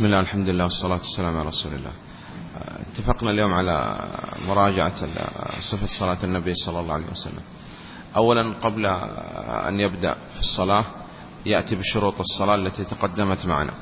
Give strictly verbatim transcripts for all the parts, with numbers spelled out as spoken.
بسم الله الحمد لله والصلاة والسلام على رسول الله. اتفقنا اليوم على مراجعة صفة صلاة النبي صلى الله عليه وسلم. أولا قبل أن يبدأ في الصلاة يأتي بشروط الصلاة التي تقدمت معنا.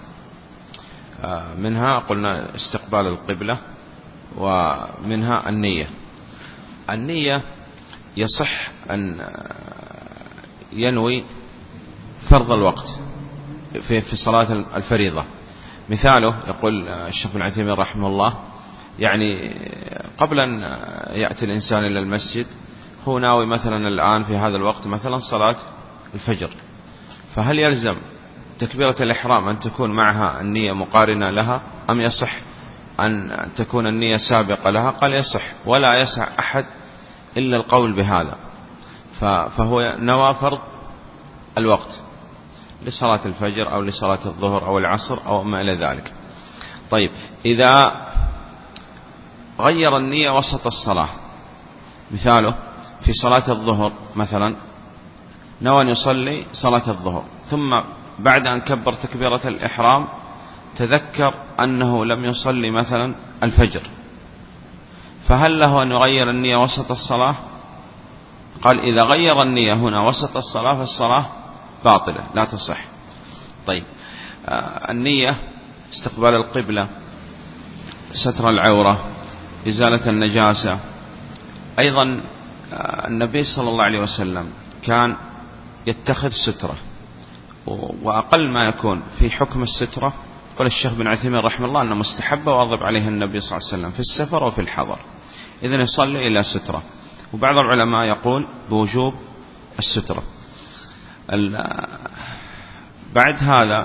منها قلنا استقبال القبلة، ومنها النية. النية يصح أن ينوي فرض الوقت في في صلاة الفريضة. مثاله يقول الشيخ بن عثيمين رحمه الله، يعني قبل أن يأتي الإنسان إلى المسجد هو ناوي مثلا الآن في هذا الوقت مثلا صلاة الفجر، فهل يلزم تكبيرة الإحرام أن تكون معها النية مقارنة لها، أم يصح أن تكون النية سابقة لها؟ قال يصح، ولا يسع أحد إلا القول بهذا. فهو نوى فرض الوقت لصلاة الفجر أو لصلاة الظهر أو العصر أو ما إلى ذلك. طيب، إذا غير النية وسط الصلاة، مثاله في صلاة الظهر مثلا نوى أن يصلي صلاة الظهر، ثم بعد أن كبر تكبيرة الإحرام تذكر أنه لم يصلي مثلا الفجر، فهل له أن يغير النية وسط الصلاة؟ قال إذا غير النية هنا وسط الصلاة فالصلاة باطلة لا تصح. طيب، آه النية استقبال القبلة، ستر العورة، إزالة النجاسة. أيضا آه النبي صلى الله عليه وسلم كان يتخذ سترة، وأقل ما يكون في حكم السترة قال الشيخ بن عثيمين رحمه الله أنه مستحب واظب عليه النبي صلى الله عليه وسلم في السفر وفي الحضر، إذن يصلي إلى سترة. وبعض العلماء يقول بوجوب السترة. بعد هذا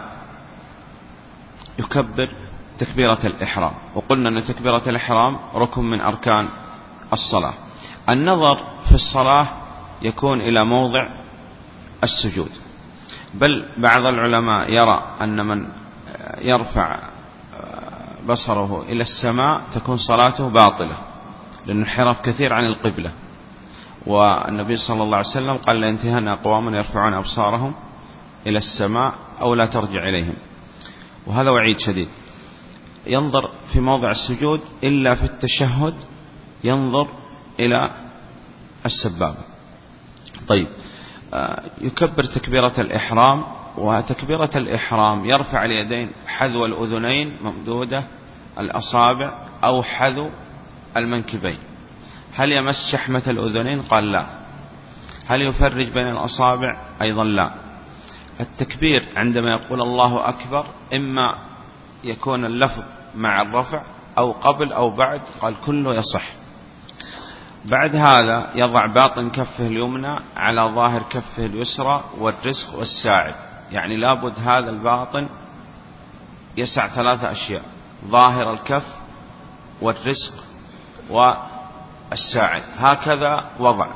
يكبر تكبيرة الإحرام، وقلنا أن تكبيرة الإحرام ركن من أركان الصلاة. النظر في الصلاة يكون إلى موضع السجود، بل بعض العلماء يرى أن من يرفع بصره إلى السماء تكون صلاته باطلة، لأن انحراف كثير عن القبلة، والنبي صلى الله عليه وسلم قال لينتهن أقوام يرفعون أبصارهم إلى السماء أو لا ترجع إليهم، وهذا وعيد شديد. ينظر في موضع السجود إلا في التشهد ينظر إلى السبابة. طيب، يكبر تكبيرة الإحرام، وتكبيرة الإحرام يرفع اليدين حذو الأذنين ممدودة الأصابع أو حذو المنكبين. هل يمس شحمة الأذنين؟ قال لا. هل يفرج بين الأصابع؟ أيضا لا. التكبير عندما يقول الله أكبر إما يكون اللفظ مع الرفع أو قبل أو بعد، قال كله يصح. بعد هذا يضع باطن كفه اليمنى على ظاهر كفه اليسرى والرزق والساعد، يعني لابد هذا الباطن يسع ثلاثة أشياء: ظاهر الكف والرزق والساعد، هكذا وضع،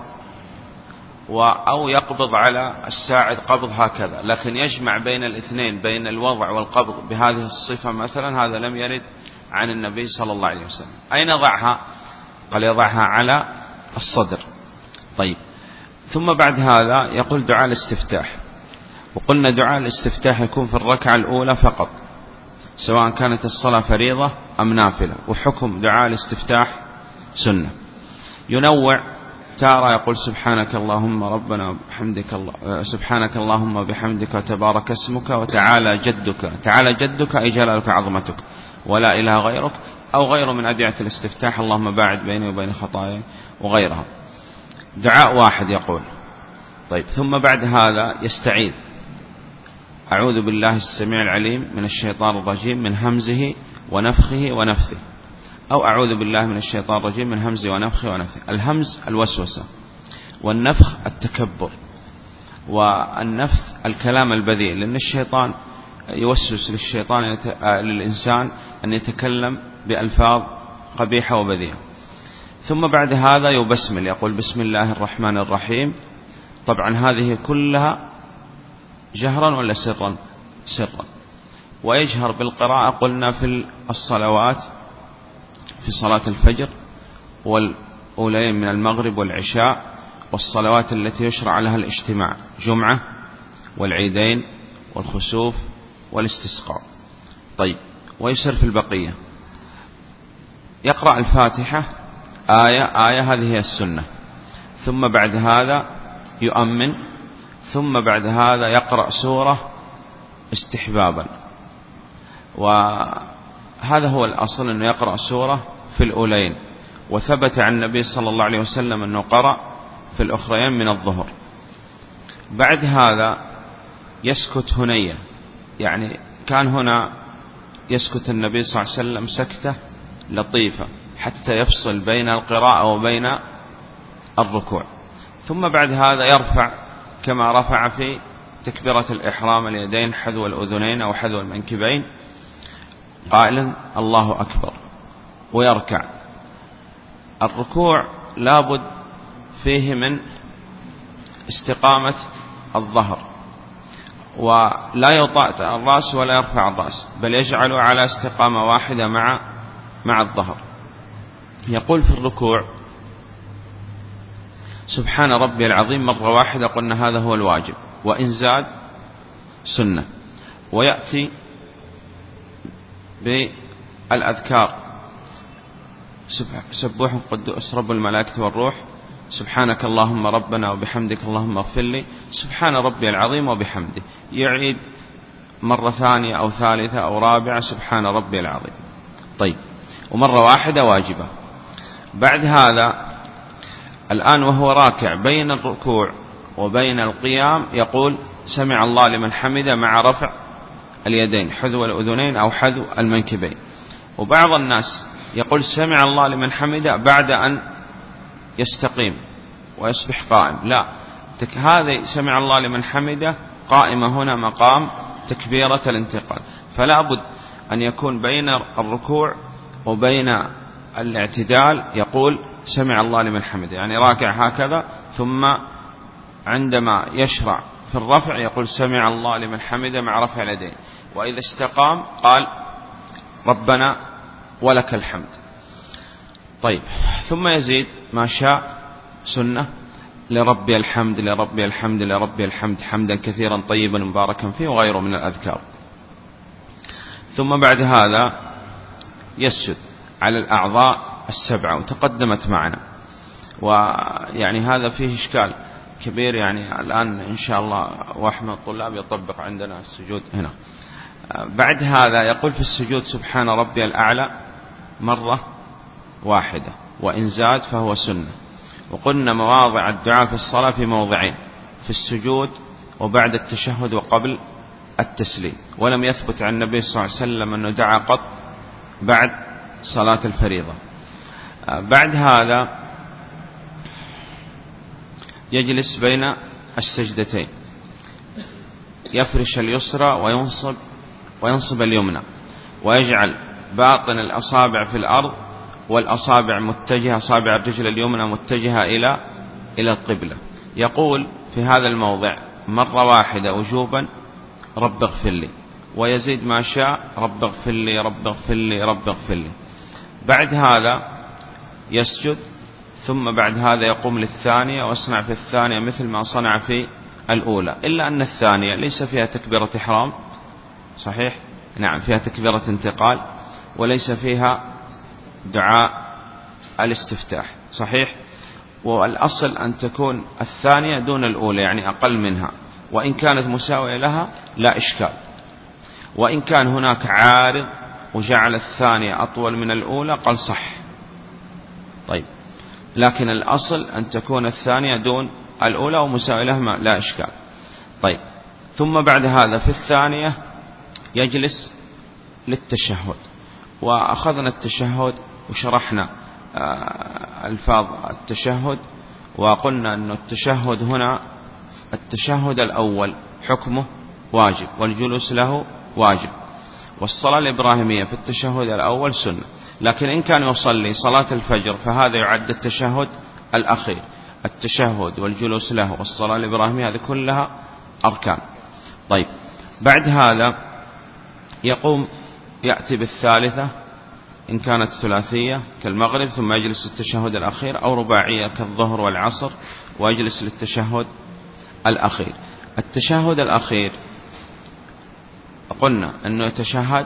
أو يقبض على الساعد قبض هكذا، لكن يجمع بين الاثنين بين الوضع والقبض بهذه الصفة مثلا، هذا لم يرد عن النبي صلى الله عليه وسلم. أين ضعها؟ قال يضعها على الصدر. طيب، ثم بعد هذا يقول دعاء الاستفتاح، وقلنا دعاء الاستفتاح يكون في الركعة الأولى فقط، سواء كانت الصلاة فريضة أم نافلة، وحكم دعاء الاستفتاح سنة. ينوع، تارة يقول سبحانك اللهم ربنا بحمدك الله، سبحانك اللهم بحمدك وتبارك اسمك وتعالى جدك، تعالى جدك أي جلالك عظمتك ولا إله غيرك، أو غيره من أدعية الاستفتاح، اللهم باعد بيني وبين خطاياي وغيرها. دعاء واحد يقول. طيب، ثم بعد هذا يستعيذ: أعوذ بالله السميع العليم من الشيطان الرجيم من همزه ونفخه ونفثه، أو أعوذ بالله من الشيطان الرجيم من همزه ونفخه ونفثه. الهمز الوسوسة، والنفخ التكبر، والنفث الكلام البذيء، لأن الشيطان يوسوس للشيطان يت... للإنسان أن يتكلم بألفاظ قبيحة وبذيئة. ثم بعد هذا يبسمل، يقول بسم الله الرحمن الرحيم. طبعا هذه كلها جهرا ولا سرا؟ سرا. ويجهر بالقراءة قلنا في الصلوات، في صلاة الفجر والأولين من المغرب والعشاء، والصلوات التي يشرع لها الاجتماع، جمعة والعيدين والخسوف والاستسقاء. طيب، ويسر في البقية. يقرأ الفاتحة آية آية، هذه هي السنة، ثم بعد هذا يؤمن، ثم بعد هذا يقرأ سورة استحبابا. وهذا هو الأصل، أنه يقرأ سورة في الأولين، وثبت عن النبي صلى الله عليه وسلم أنه قرأ في الأخرين من الظهر. بعد هذا يسكت هنية، يعني كان هنا يسكت النبي صلى الله عليه وسلم سكتة لطيفة حتى يفصل بين القراءة وبين الركوع. ثم بعد هذا يرفع كما رفع في تكبيرة الإحرام اليدين حذو الأذنين أو حذو المنكبين قائلا الله أكبر، ويركع. الركوع لابد فيه من استقامة الظهر، ولا يطأطأ الرأس ولا يرفع الرأس، بل يجعل على استقامة واحدة مع مع الظهر. يقول في الركوع سبحان ربي العظيم مرة واحدة، قلنا هذا هو الواجب، وإن زاد سنة. ويأتي بالأذكار سبوح قدوس رب الملائكة والروح، سبحانك اللهم ربنا وبحمدك اللهم اغفر لي، سبحان ربي العظيم وبحمده. يعيد مرة ثانية أو ثالثة أو رابعة سبحان ربي العظيم. طيب، ومرة واحدة واجبة. بعد هذا الآن وهو راكع بين الركوع وبين القيام يقول سمع الله لمن حمده مع رفع اليدين حذو الأذنين أو حذو المنكبين. وبعض الناس يقول سمع الله لمن حمده بعد أن يستقيم ويصبح قائم. لا، هذا سمع الله لمن حمده قائمة هنا مقام تكبيرة الانتقال، فلا بد أن يكون بين الركوع وبين الاعتدال يقول سمع الله لمن حمده، يعني راكع هكذا، ثم عندما يشرع في الرفع يقول سمع الله لمن حمده مع رفع اليدين، وإذا استقام قال ربنا ولك الحمد. طيب، ثم يزيد ما شاء سنة لربي الحمد لربي الحمد لربي الحمد حمدا كثيرا طيبا مباركا فيه وغيره من الأذكار. ثم بعد هذا يسجد على الأعضاء السبعة وتقدمت معنا، ويعني هذا فيه إشكال كبير، يعني الآن إن شاء الله واحد الطلاب يطبق عندنا السجود هنا. بعد هذا يقول في السجود سبحان ربي الأعلى مرة واحدة، وإن زاد فهو سنة. وقلنا مواضع الدعاء في الصلاة في موضعين، في السجود وبعد التشهد وقبل التسليم، ولم يثبت عن النبي صلى الله عليه وسلم أنه دعا قط بعد صلاة الفريضة. بعد هذا يجلس بين السجدتين، يفرش اليسرى وينصب وينصب اليمنى، ويجعل باطن الأصابع في الأرض والأصابع متجهة، أصابع الرجل اليمنى متجهة إلى إلى القبلة. يقول في هذا الموضع مرة واحدة وجوبا رب اغفر لي، ويزيد ما شاء رب اغفر لي رب اغفر لي رب اغفر لي. بعد هذا يسجد، ثم بعد هذا يقوم للثانية ويصنع في الثانية مثل ما صنع في الأولى، إلا أن الثانية ليس فيها تكبيرة إحرام، صحيح؟ نعم، فيها تكبيرة انتقال، وليس فيها دعاء الاستفتاح، صحيح؟ والأصل أن تكون الثانية دون الأولى، يعني أقل منها، وإن كانت مساوية لها لا إشكال. وإن كان هناك عارض وجعل الثانية أطول من الأولى قال صح. طيب، لكن الأصل أن تكون الثانية دون الأولى ومساوية لها لا إشكال. طيب، ثم بعد هذا في الثانية يجلس للتشهد، وأخذنا التشهد وشرحنا ألفاظ التشهد، وقلنا أن التشهد هنا التشهد الأول حكمه واجب والجلوس له واجب، والصلاة الإبراهيمية في التشهد الأول سنة. لكن إن كان يصلي صلاة الفجر فهذا يعد التشهد الأخير، التشهد والجلوس له والصلاة الإبراهيمية هذه كلها أركان. طيب، بعد هذا يقوم يأتي بالثالثة إن كانت ثلاثية كالمغرب، ثم يجلس التشهد الأخير، أو رباعية كالظهر والعصر ويجلس للتشهد الأخير. التشهد الأخير قلنا أنه يتشهد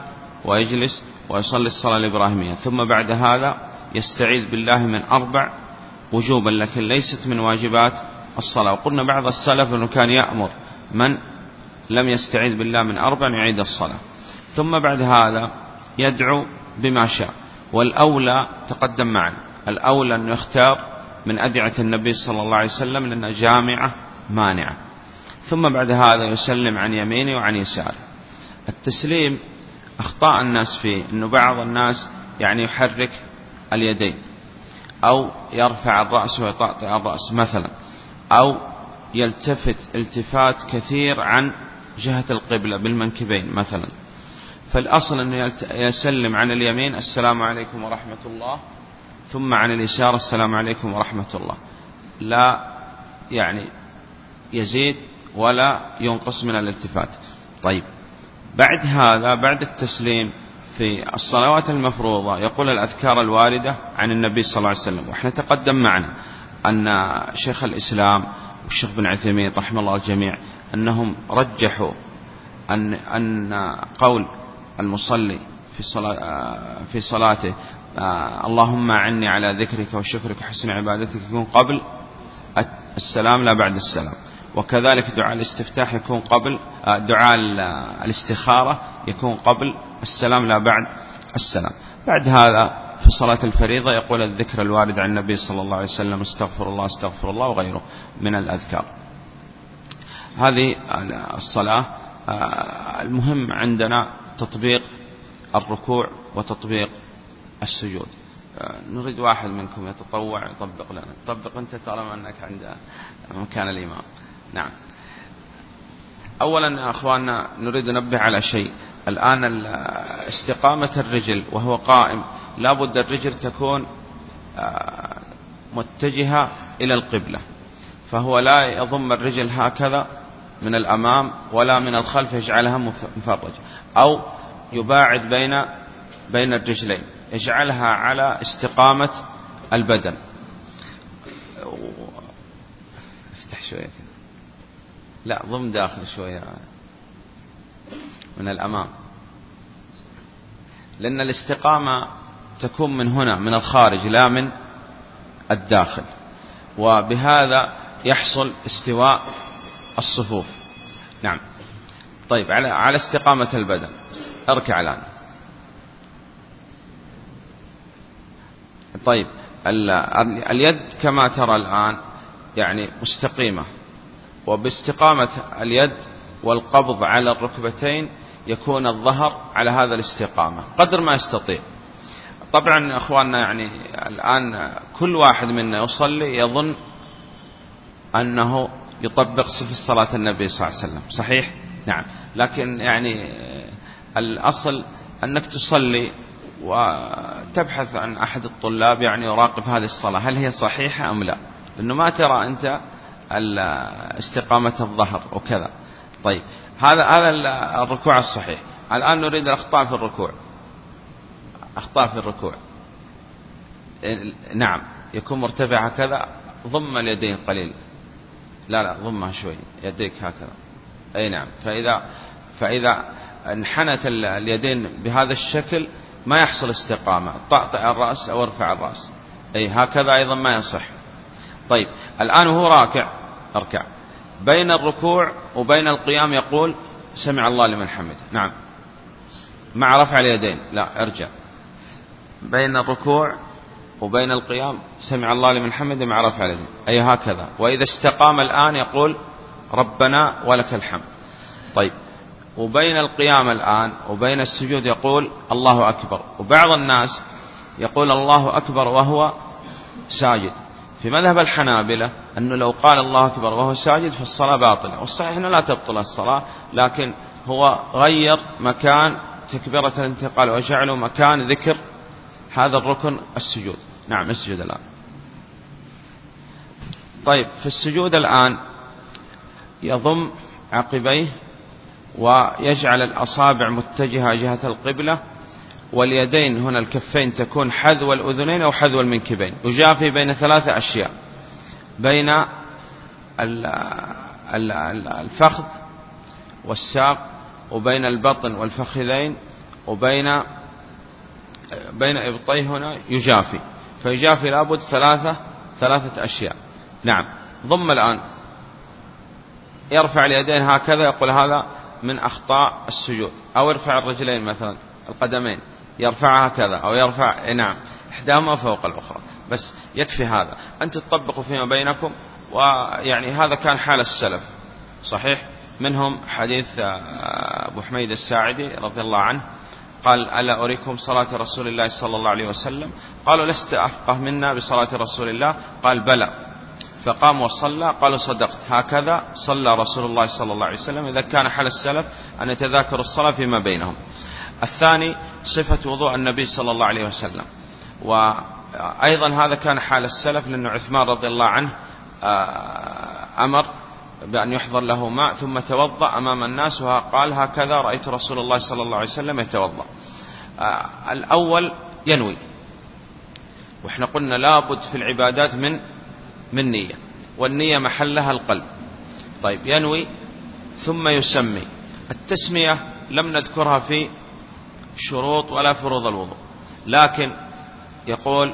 ويجلس ويصلي الصلاة الإبراهيمية، ثم بعد هذا يستعيذ بالله من أربع وجوبا لكن ليست من واجبات الصلاة. وقلنا بعض السلف أنه كان يأمر من لم يستعيذ بالله من أربع يعيد الصلاة. ثم بعد هذا يدعو بما شاء، والأولى تقدم معنا، الأولى أن يختار من أدعية النبي صلى الله عليه وسلم لأنها جامعة مانعة. ثم بعد هذا يسلم عن يمينه وعن يساره. التسليم أخطاء الناس فيه أنه بعض الناس يعني يحرك اليدين أو يرفع الرأس ويطأطئ الرأس مثلا، أو يلتفت التفات كثير عن جهة القبلة بالمنكبين مثلا. فالأصل أنه يسلم عن اليمين السلام عليكم ورحمة الله، ثم عن اليسار السلام عليكم ورحمة الله، لا يعني يزيد ولا ينقص من الالتفات. طيب بعد هذا بعد التسليم في الصلوات المفروضة يقول الأذكار الواردة عن النبي صلى الله عليه وسلم. وإحنا تقدم معنا أن شيخ الإسلام والشيخ بن عثيمين رحمه الله الجميع أنهم رجحوا أن أن قول المصلي في صلاة في صلاته اللهم أعني على ذكرك وشكرك وحسن عبادتك يكون قبل السلام لا بعد السلام، وكذلك دعاء الاستفتاح يكون قبل دعاء الاستخارة يكون قبل السلام لا بعد السلام. بعد هذا في صلاة الفريضة يقول الذكر الوارد عن النبي صلى الله عليه وسلم استغفر الله استغفر الله وغيره من الأذكار. هذه الصلاة. المهم عندنا تطبيق الركوع وتطبيق السجود. نريد واحد منكم يتطوع يطبق لنا. طبق أنت طالما أنك عند مكان الإمام. نعم. أولا يا أخواننا نريد ننبه على شيء. الآن استقامة الرجل وهو قائم لا بد الرجل تكون متجهة إلى القبلة، فهو لا يضم الرجل هكذا من الأمام ولا من الخلف يجعلها مفرج، أو يباعد بين بين الرجلين يجعلها على استقامة البدن. افتح شوية كده. لا ضم داخل شوية من الأمام، لأن الاستقامة تكون من هنا من الخارج لا من الداخل، وبهذا يحصل استواء الصفوف. نعم. طيب على على استقامة البدن اركع الآن. طيب اليد كما ترى الآن يعني مستقيمة، وباستقامة اليد والقبض على الركبتين يكون الظهر على هذا الاستقامة قدر ما يستطيع. طبعا أخواننا يعني الآن كل واحد منا يصلي يظن أنه يطبق صفة صلاة النبي صلى الله عليه وسلم، صحيح؟ نعم. لكن يعني الأصل أنك تصلي وتبحث عن أحد الطلاب يعني يراقب هذه الصلاة هل هي صحيحة أم لا، لأنه ما ترى أنت استقامة الظهر وكذا. طيب هذا هذا الركوع الصحيح. الآن نريد الأخطاء في الركوع. أخطاء في الركوع نعم يكون مرتفع هكذا، ضم اليدين قليل، لا لا ضمها شوي يديك هكذا، أي نعم. فإذا فإذا انحنت اليدين بهذا الشكل ما يحصل استقامة، طأطئ الرأس أو ارفع الرأس، أي هكذا أيضا ما يصح. طيب الآن وهو راكع اركع، بين الركوع وبين القيام يقول سمع الله لمن حمده، نعم، مع رفع اليدين، لا ارجع، بين الركوع وبين القيام سمع الله لمن حمده مع رفع اليدين، أي هكذا. وإذا استقام الآن يقول ربنا ولك الحمد. طيب وبين القيام الآن وبين السجود يقول الله أكبر. وبعض الناس يقول الله أكبر وهو ساجد. في مذهب الحنابلة أنه لو قال الله أكبر وهو ساجد فالصلاة باطلة، والصحيح أنه لا تبطل الصلاة، لكن هو غير مكان تكبيرة الانتقال وجعله مكان ذكر هذا الركن السجود. نعم اسجد الآن. طيب في السجود الآن يضم عقبيه ويجعل الأصابع متجهة جهة القبلة، واليدين هنا الكفين تكون حذو الأذنين أو حذو المنكبين، يجافي بين ثلاثة أشياء، بين الفخذ والساق وبين البطن والفخذين وبين بين إبطيه هنا يجافي، فيجافي لابد ثلاثة ثلاثة أشياء. نعم. ضم الآن يرفع اليدين هكذا، يقول هذا من أخطاء السجود. أو يرفع الرجلين مثلا القدمين، يرفعها هكذا، أو يرفع نعم إحداهما فوق الأخرى، بس يكفي هذا. أنت تطبقوا فيما بينكم. ويعني هذا كان حال السلف صحيح. منهم حديث أبو حميد الساعدي رضي الله عنه قال: ألا أريكم صلاة رسول الله صلى الله عليه وسلم؟ قالوا: لست أفقه منا بصلاة رسول الله؟ قال: بلى. فقام وصلى. قالوا: صدقت، هكذا صلى رسول الله صلى الله عليه وسلم. إذا كان حال السلف أن يتذاكروا الصلاة فيما بينهم. الثاني صفة وضوء النبي صلى الله عليه وسلم، وأيضا هذا كان حال السلف، لأن عثمان رضي الله عنه أمر بأن يحضر له ماء ثم توضأ أمام الناس، وقال: هكذا رأيت رسول الله صلى الله عليه وسلم يتوضأ. الأول ينوي، وإحنا قلنا لابد في العبادات من من نية، والنية محلها القلب. طيب، ينوي ثم يسمي. التسمية لم نذكرها في شروط ولا فروض الوضوء، لكن يقول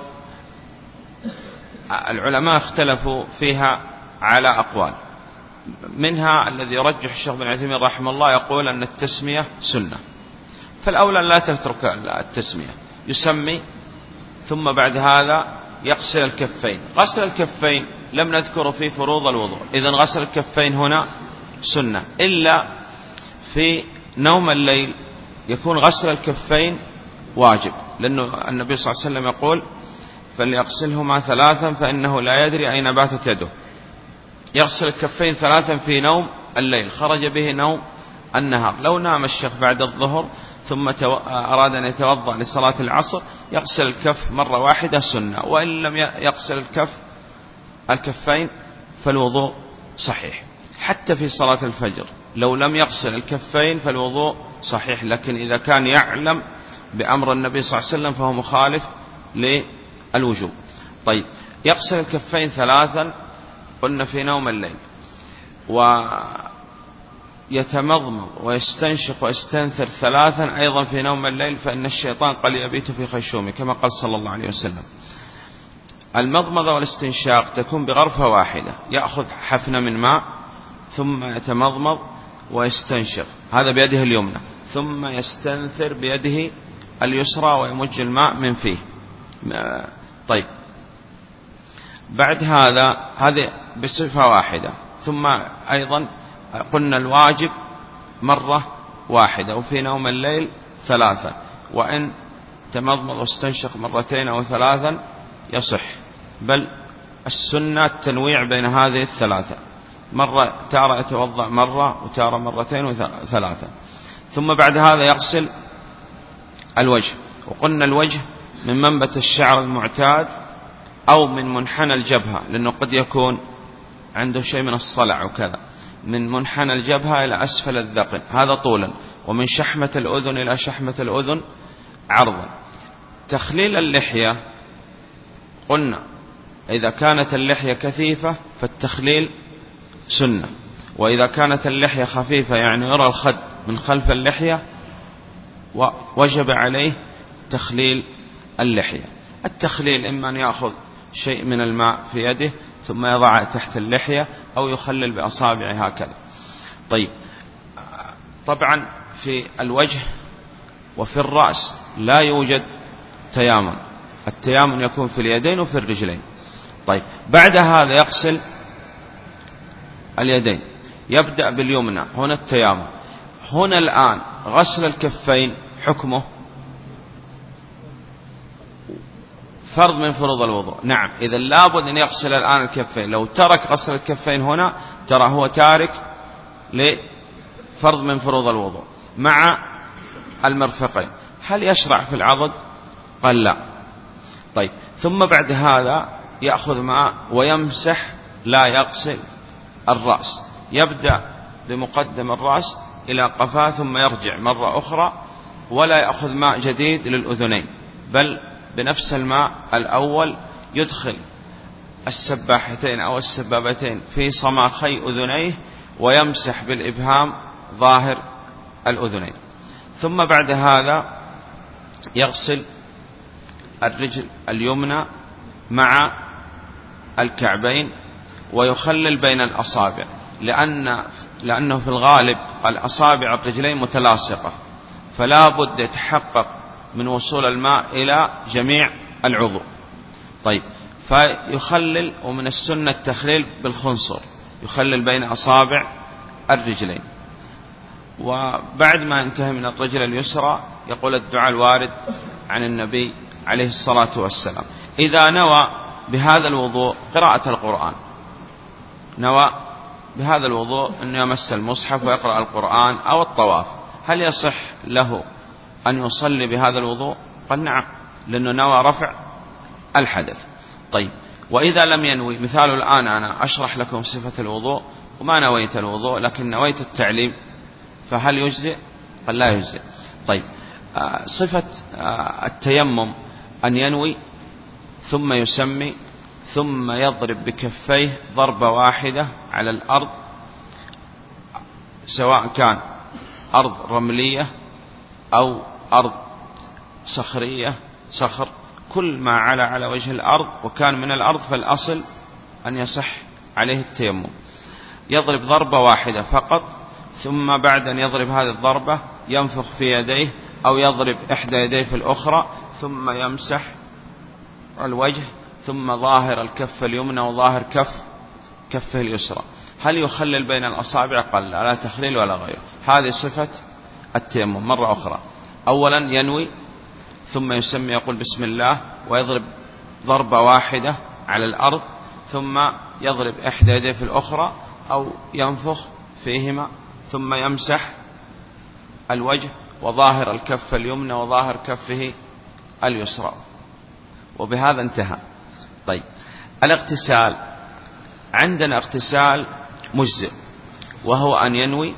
العلماء اختلفوا فيها على أقوال، منها الذي يرجح الشيخ بن عثيمين رحمه الله، يقول أن التسمية سنة، فالأولى لا تترك التسمية. يسمي ثم بعد هذا يغسل الكفين. غسل الكفين لم نذكر في فروض الوضوء، إذن غسل الكفين هنا سنة، إلا في نوم الليل يكون غسل الكفين واجب، لأنه النبي صلى الله عليه وسلم يقول: فليغسلهما ثلاثا فإنه لا يدري أين باتت يده. يغسل الكفين ثلاثا في نوم الليل، خرج به نوم النهار. لو نام الشيخ بعد الظهر ثم أراد أن يتوضأ لصلاة العصر، يغسل الكف مرة واحدة سنة، وإن لم يغسل الكف الكفين فالوضوء صحيح. حتى في صلاة الفجر لو لم يغسل الكفين فالوضوء صحيح، لكن إذا كان يعلم بأمر النبي صلى الله عليه وسلم فهو مخالف للوجوب. طيب، يغسل الكفين ثلاثا قلنا في نوم الليل، ويتمضمض ويستنشق ويستنثر ثلاثا أيضا في نوم الليل، فإن الشيطان قد يبيت في خيشومه كما قال صلى الله عليه وسلم. المضمضة والاستنشاق تكون بغرفة واحدة، يأخذ حفنة من ماء ثم يتمضمض ويستنشق، هذا بيده اليمنى، ثم يستنثر بيده اليسرى ويمج الماء من فيه. طيب، بعد هذا هذه بصفة واحدة. ثم أيضا قلنا الواجب مرة واحدة، وفي نوم الليل ثلاثة، وإن تمضمض واستنشق مرتين أو ثلاثا يصح، بل السنة التنويع بين هذه الثلاثة، مرة تارة يتوضأ مرة، وتارة مرتين وثلاثة. ثم بعد هذا يغسل الوجه، وقلنا الوجه من منبت الشعر المعتاد أو من منحنى الجبهة، لأنه قد يكون عنده شيء من الصلع وكذا، من منحنى الجبهة إلى أسفل الذقن هذا طولا، ومن شحمة الأذن إلى شحمة الأذن عرضا. تخليل اللحية قلنا إذا كانت اللحية كثيفة فالتخليل سنة، وإذا كانت اللحية خفيفة يعني يرى الخد من خلف اللحية وجب عليه تخليل اللحية. التخليل إما أن يأخذ شيء من الماء في يده ثم يضعه تحت اللحية، أو يخلل بأصابعه هكذا. طيب، طبعا في الوجه وفي الرأس لا يوجد تيامن، التيامن يكون في اليدين وفي الرجلين. طيب، بعد هذا يغسل اليدين، يبدأ باليمنى، هنا التيامن. هنا الآن غسل الكفين حكمه فرض من فروض الوضوء. نعم، إذا لابد أن يغسل الآن الكفين، لو ترك غسل الكفين هنا ترى هو تارك لفرض من فروض الوضوء مع المرفقين. هل يشرع في العضد؟ قال لا. طيب، ثم بعد هذا يأخذ ماء ويمسح، لا يغسل الرأس، يبدأ بمقدم الرأس إلى قفاه ثم يرجع مرة أخرى، ولا يأخذ ماء جديد للأذنين، بل بنفس الماء الأول يدخل السباحتين أو السبابتين في صماخي أذنيه ويمسح بالإبهام ظاهر الأذنين. ثم بعد هذا يغسل الرجل اليمنى مع الكعبين ويخلل بين الأصابع، لأن لأنه في الغالب الأصابع الرجلين متلاصقة، فلا بد يتحقق من وصول الماء إلى جميع العضو. طيب، فيخلل، ومن السنة التخليل بالخنصر، يخلل بين أصابع الرجلين. وبعد ما انتهى من الرجل اليسرى يقول الدعاء الوارد عن النبي عليه الصلاة والسلام. إذا نوى بهذا الوضوء قراءة القرآن، نوى بهذا الوضوء أن يمس المصحف ويقرأ القرآن أو الطواف، هل يصح له أن يصلي بهذا الوضوء؟ قال نعم، لأنه نوى رفع الحدث. طيب، وإذا لم ينوي، مثال الآن أنا أشرح لكم صفة الوضوء وما نويت الوضوء لكن نويت التعليم، فهل يجزئ؟ قال لا يجزئ. طيب، صفة التيمم أن ينوي ثم يسمي ثم يضرب بكفيه ضربة واحدة على الأرض، سواء كان أرض رملية أو أرض صخرية، صخر، كل ما على على وجه الأرض وكان من الأرض فالأصل أن يصح عليه التيمم. يضرب ضربة واحدة فقط، ثم بعد أن يضرب هذه الضربة ينفخ في يديه أو يضرب إحدى يديه في الأخرى، ثم يمسح الوجه، ثم ظاهر الكف اليمنى وظاهر كف كفه اليسرى. هل يخلل بين الأصابع؟ قال لا, لا تخليل ولا غيره. هذه صفة التيمم. مرة أخرى، أولا ينوي ثم يسمي، يقول بسم الله ويضرب ضربة واحدة على الأرض، ثم يضرب إحدى يديه في الأخرى أو ينفخ فيهما، ثم يمسح الوجه وظاهر الكف اليمنى وظاهر كفه اليسرى، وبهذا انتهى. طيب، الاغتسال، عندنا اغتسال مجزئ، وهو أن ينوي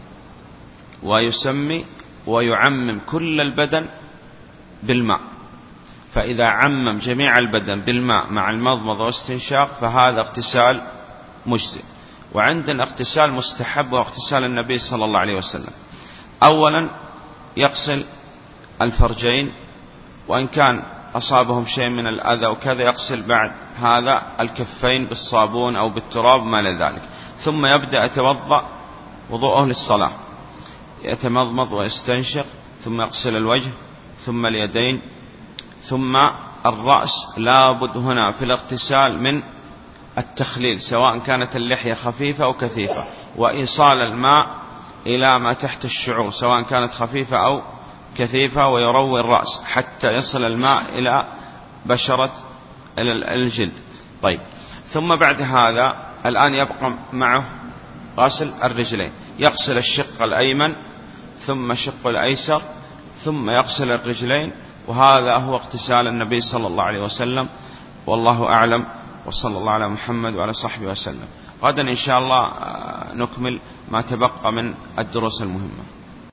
ويسمي ويعمم كل البدن بالماء، فإذا عمم جميع البدن بالماء مع المضمضة والاستنشاق فهذا اغتسال مجزئ. وعندنا اغتسال مستحب واغتسال النبي صلى الله عليه وسلم. أولا يغسل الفرجين، وإن كان أصابهم شيء من الأذى وكذا يغسل بعد هذا الكفين بالصابون أو بالتراب ما لذلك، ثم يبدأ يتوضأ وضوءه للصلاة، يتمضمض ويستنشق، ثم يغسل الوجه، ثم اليدين، ثم الرأس. لا بد هنا في الاغتسال من التخليل، سواء كانت اللحية خفيفة أو كثيفة، وإيصال الماء إلى ما تحت الشعور سواء كانت خفيفة أو كثيفة، ويروي الرأس حتى يصل الماء إلى بشرة الجلد. طيب، ثم بعد هذا الآن يبقى معه غسل الرجلين، يغسل الشق الأيمن ثم الشق الأيسر ثم يغسل الرجلين، وهذا هو اغتسال النبي صلى الله عليه وسلم، والله أعلم، وصلى الله على محمد وعلى صحبه وسلم. غدا إن شاء الله نكمل ما تبقى من الدروس المهمة.